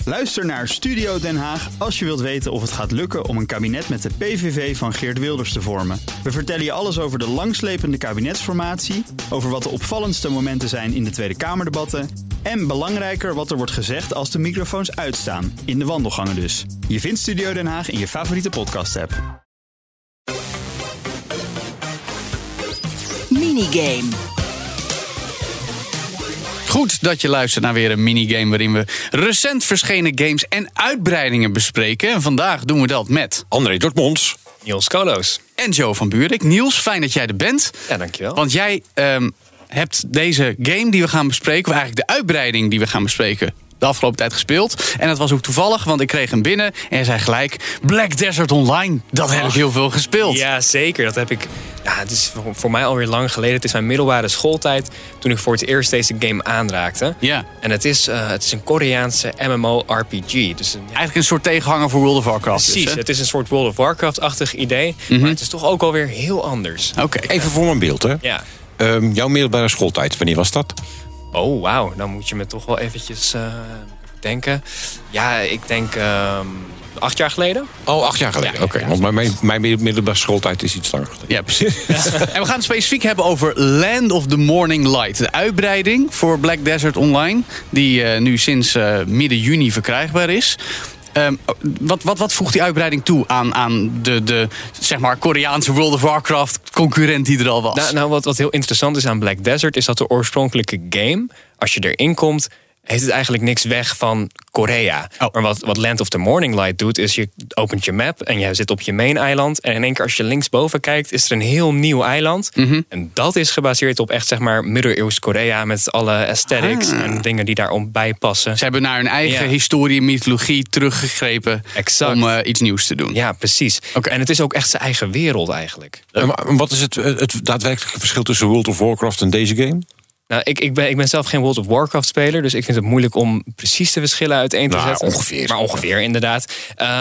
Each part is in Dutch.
Luister naar Studio Den Haag als je wilt weten of het gaat lukken om een kabinet met de PVV van Geert Wilders te vormen. We vertellen je alles over de langslepende kabinetsformatie, over wat de opvallendste momenten zijn in de Tweede Kamerdebatten en belangrijker wat er wordt gezegd als de microfoons uitstaan, in de wandelgangen dus. Je vindt Studio Den Haag in je favoriete podcast-app. Minigame. Goed dat je luistert naar weer een minigame waarin we recent verschenen games en uitbreidingen bespreken. En vandaag doen we dat met André Dortmonds, Niels Koloos en Joe van Buurik. Niels, fijn dat jij er bent. Ja, dankjewel. Want jij hebt deze game die we gaan bespreken, of eigenlijk de uitbreiding die we gaan bespreken, de afgelopen tijd gespeeld. En dat was ook toevallig, want ik kreeg hem binnen en hij zei gelijk: Black Desert Online, dat heb ik heel veel gespeeld. Ja, zeker. Dat heb ik. Ja, het is voor mij alweer lang geleden. Het is mijn middelbare schooltijd toen ik voor het eerst deze game aanraakte. Ja. En het is een Koreaanse MMORPG. Dus eigenlijk een soort tegenhanger voor World of Warcraft. Precies, dus, het is een soort World of Warcraft-achtig idee. Mm-hmm. Maar het is toch ook alweer heel anders. Oké. Even voor mijn beeld, hè? Ja. Jouw middelbare schooltijd, wanneer was dat? Oh, wauw. Dan moet je me toch wel eventjes denken. Ja, ik denk 8 jaar geleden. Oh, 8 jaar geleden. Ja, Oké. ja. Want mijn middelbare schooltijd is iets langer geleden. Ja, precies. En we gaan het specifiek hebben over Land of the Morning Light. De uitbreiding voor Black Desert Online, die nu sinds midden juni verkrijgbaar is. Wat voegt die uitbreiding toe aan de zeg maar Koreaanse World of Warcraft concurrent die er al was? Nou, wat heel interessant is aan Black Desert is dat de oorspronkelijke game, als je erin komt, heeft het eigenlijk niks weg van Korea. Oh. Maar wat Land of the Morning Light doet, is je opent je map en je zit op je main eiland. En in één keer als je linksboven kijkt, is er een heel nieuw eiland. Mm-hmm. En dat is gebaseerd op echt, zeg maar, middeleeuws Korea met alle aesthetics en dingen die daarom bij passen. Ze hebben naar hun eigen historie en mythologie teruggegrepen. Exact. Om iets nieuws te doen. Ja, precies. Oké. En het is ook echt zijn eigen wereld eigenlijk. Maar wat is het daadwerkelijke verschil tussen World of Warcraft en deze game? Nou, ik ben zelf geen World of Warcraft speler, dus ik vind het moeilijk om precies de verschillen uiteen te zetten. Ongeveer. Maar ongeveer, inderdaad.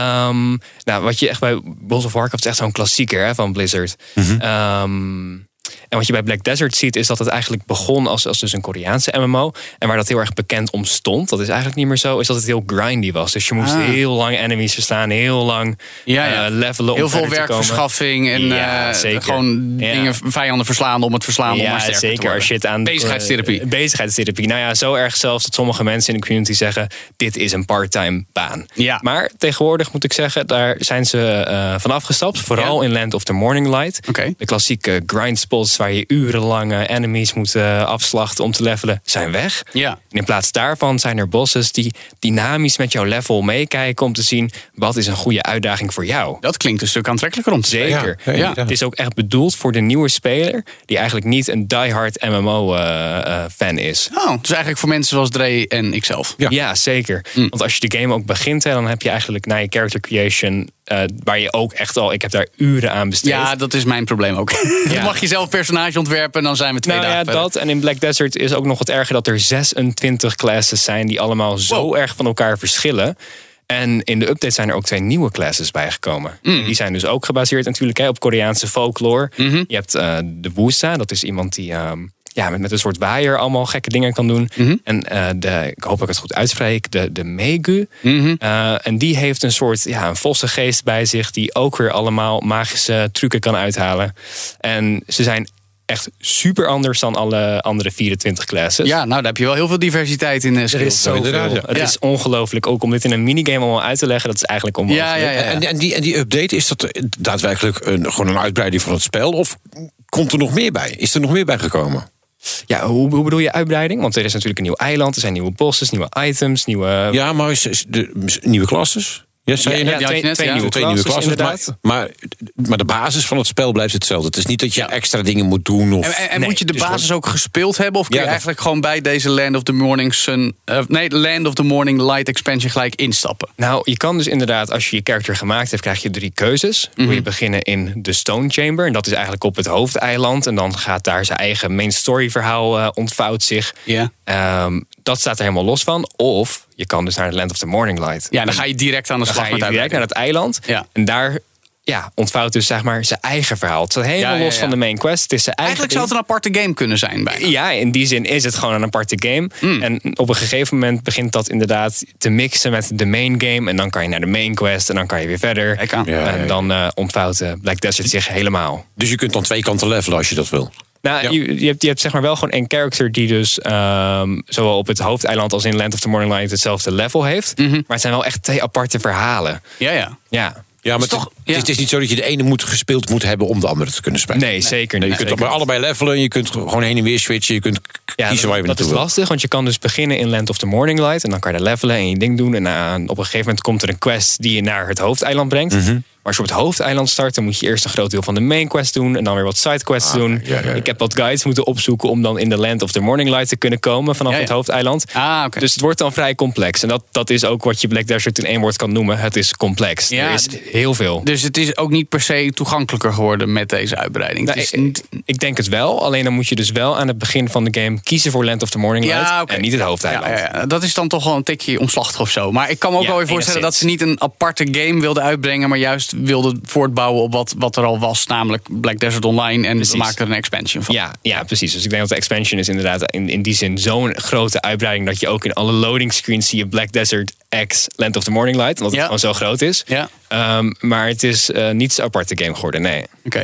Nou, wat je echt bij World of Warcraft is echt zo'n klassieker, hè, van Blizzard. Mm-hmm. En wat je bij Black Desert ziet, is dat het eigenlijk begon als dus een Koreaanse MMO. En waar dat heel erg bekend om stond, dat is eigenlijk niet meer zo, is dat het heel grindy was. Dus je moest heel lang enemies verslaan, heel lang levelen om heel veel verder te komen. werkverschaffing en zeker. Gewoon dingen, vijanden verslaan om het verslaan om maar sterker te zeker. worden. Als je het aan bezigheidstherapie. Bezigheidstherapie. Nou ja, zo erg zelfs dat sommige mensen in de community zeggen: dit is een part-time baan. Ja. Maar tegenwoordig moet ik zeggen, daar zijn ze van afgestapt. Vooral in Land of the Morning Light. Oké. De klassieke grindspots waar je urenlang enemies moet afslachten om te levelen, zijn weg. Ja. En in plaats daarvan zijn er bosses die dynamisch met jouw level meekijken om te zien wat is een goede uitdaging voor jou. Dat klinkt een stuk aantrekkelijker om te zeggen. Zeker. Ja. Het is ook echt bedoeld voor de nieuwe speler die eigenlijk niet een diehard MMO-fan is. Oh, dus eigenlijk voor mensen zoals Dre en ikzelf. Ja, zeker. Want als je de game ook begint, dan heb je eigenlijk na je character creation, waar je ook echt al, ik heb daar uren aan besteed. Ja, dat is mijn probleem ook. Dan mag je zelf personage ontwerpen en dan zijn we 2 dagen verder. dat. En in Black Desert is ook nog wat erger dat er 26 classes zijn die allemaal zo erg van elkaar verschillen. En in de update zijn er ook 2 nieuwe classes bijgekomen. Die zijn dus ook gebaseerd natuurlijk op Koreaanse folklore. Je hebt de Wusa, dat is iemand die met een soort waaier allemaal gekke dingen kan doen. En ik hoop dat ik het goed uitspreek, de Megu. En die heeft een soort een vossengeest bij zich die ook weer allemaal magische trucken kan uithalen. En ze zijn echt super anders dan alle andere 24 classes. Ja, nou daar heb je wel heel veel diversiteit in skills. Er is zoveel. Het is ongelooflijk. Ook om dit in een minigame allemaal uit te leggen, dat is eigenlijk onmogelijk. Ja. En die update, is dat daadwerkelijk gewoon een uitbreiding van het spel? Of komt er nog meer bij? Is er nog meer bij gekomen? Ja, hoe bedoel je uitbreiding? Want er is natuurlijk een nieuw eiland, er zijn nieuwe bosses, nieuwe items, nieuwe... Ja, maar nieuwe classes? Ja, zei je net? Twee nieuwe Twee nieuwe classes, classes, maar de basis van het spel blijft hetzelfde. Het is niet dat je extra dingen moet doen. Of... En moet je de basis ook gespeeld hebben? Of kun je eigenlijk gewoon bij deze Land of the Morning Light expansion gelijk instappen? Nou, je kan dus inderdaad, als je je character gemaakt hebt, krijg je 3 keuzes. Wil je beginnen in de Stone Chamber. En dat is eigenlijk op het hoofdeiland. En dan gaat daar zijn eigen main story verhaal ontvouwt zich. Ja. Dat staat er helemaal los van. Of je kan dus naar de Land of the Morning Light. Ja, dan ga je direct aan de slag. Dan ga je direct naar het eiland. Ja. En daar ontvouwt dus zeg maar zijn eigen verhaal. Het staat helemaal los van de main quest. Het is zijn eigen Eigenlijk zou het een aparte game kunnen zijn bijna. Ja, in die zin is het gewoon een aparte game. En op een gegeven moment begint dat inderdaad te mixen met de main game. En dan kan je naar de main quest en dan kan je weer verder. Kijk aan. En dan ontvouwt Black Desert zich helemaal. Dus je kunt dan 2 kanten levelen als je dat wil. Nou, je hebt zeg maar wel gewoon een character die dus zowel op het hoofdeiland als in Land of the Morning Light hetzelfde level heeft. Maar het zijn wel echt 2 aparte verhalen. Ja. Ja, maar het is niet zo dat je de ene gespeeld moet hebben om de andere te kunnen spelen. Nee, zeker niet. Je kunt bij allebei levelen, je kunt gewoon heen en weer switchen, je kunt kiezen waar je naartoe wil. Dat is lastig, want je kan dus beginnen in Land of the Morning Light en dan kan je daar levelen en je ding doen. En op een gegeven moment komt er een quest die je naar het hoofdeiland brengt. Maar als je op het hoofdeiland start, dan moet je eerst een groot deel van de main quest doen en dan weer wat sidequests doen. Ik heb wat guides moeten opzoeken om dan in de Land of the Morning Light te kunnen komen vanaf het hoofdeiland. Dus het wordt dan vrij complex. En dat is ook wat je Black Desert in 1 woord kan noemen. Het is complex. Er is heel veel. Dus het is ook niet per se toegankelijker geworden met deze uitbreiding. Nou, ik denk het wel. Alleen dan moet je dus wel aan het begin van de game kiezen voor Land of the Morning Light en niet het hoofdeiland. Ja. Dat is dan toch wel een tikje omslachtig of zo. Maar ik kan me ook wel weer voorstellen dat ze niet een aparte game wilden uitbrengen, maar juist wilden voortbouwen op wat er al was, namelijk Black Desert Online. En we maken er een expansion van. Ja, precies. Dus ik denk dat de expansion is inderdaad in die zin zo'n grote uitbreiding dat je ook in alle loading screens zie je Black Desert X Land of the Morning Light, omdat het gewoon zo groot is. Maar het is niet zo'n aparte game geworden, nee. Oké.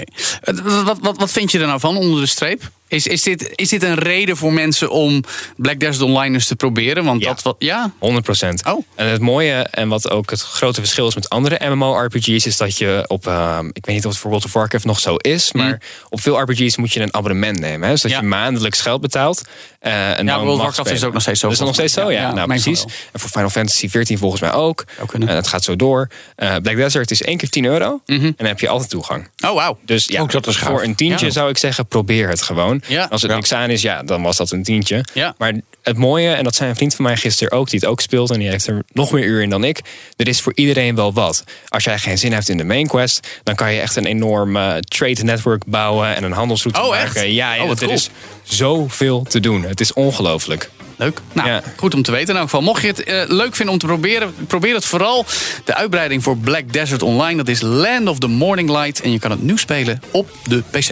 Wat vind je er nou van onder de streep? Is dit een reden voor mensen om Black Desert Online eens te proberen? Want 100%. Oh. En het mooie en wat ook het grote verschil is met andere MMO-RPG's is dat je op, ik weet niet of het voor World of Warcraft nog zo is, maar op veel RPG's moet je een abonnement nemen. Hè? Dus dat je maandelijks geld betaalt. En dan World of Warcraft is ook nog steeds zo. Dus nog steeds zo? Ja, nou precies. En voor Final Fantasy 14 volgens mij ook. Het gaat zo door. Black Desert is 1 keer €10 en dan heb je altijd toegang. Oh, wauw. Dus dat is gaaf. voor een tientje zou ik zeggen, probeer het gewoon. Ja. Als het niks aan is, dan was dat een tientje. Ja. Maar het mooie, en dat zei een vriend van mij gisteren ook, die het ook speelt en die heeft er nog meer uur in dan ik. Er is voor iedereen wel wat. Als jij geen zin hebt in de main quest, dan kan je echt een enorm trade network bouwen en een handelsroute maken. Echt? Ja, er is zoveel te doen. Het is ongelooflijk. Leuk. Nou, goed om te weten in elk geval. Mocht je het leuk vinden om te proberen, probeer het vooral. De uitbreiding voor Black Desert Online, dat is Land of the Morning Light. En je kan het nu spelen op de PC.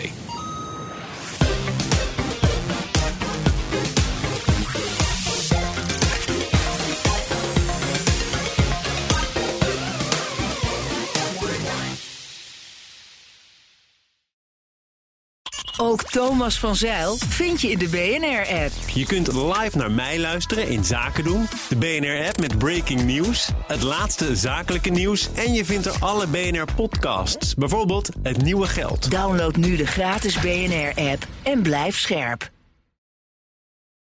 Ook Thomas van Zijl vind je in de BNR-app. Je kunt live naar mij luisteren in Zaken doen. De BNR-app met breaking news, het laatste zakelijke nieuws en je vindt er alle BNR-podcasts. Bijvoorbeeld Het Nieuwe Geld. Download nu de gratis BNR-app en blijf scherp.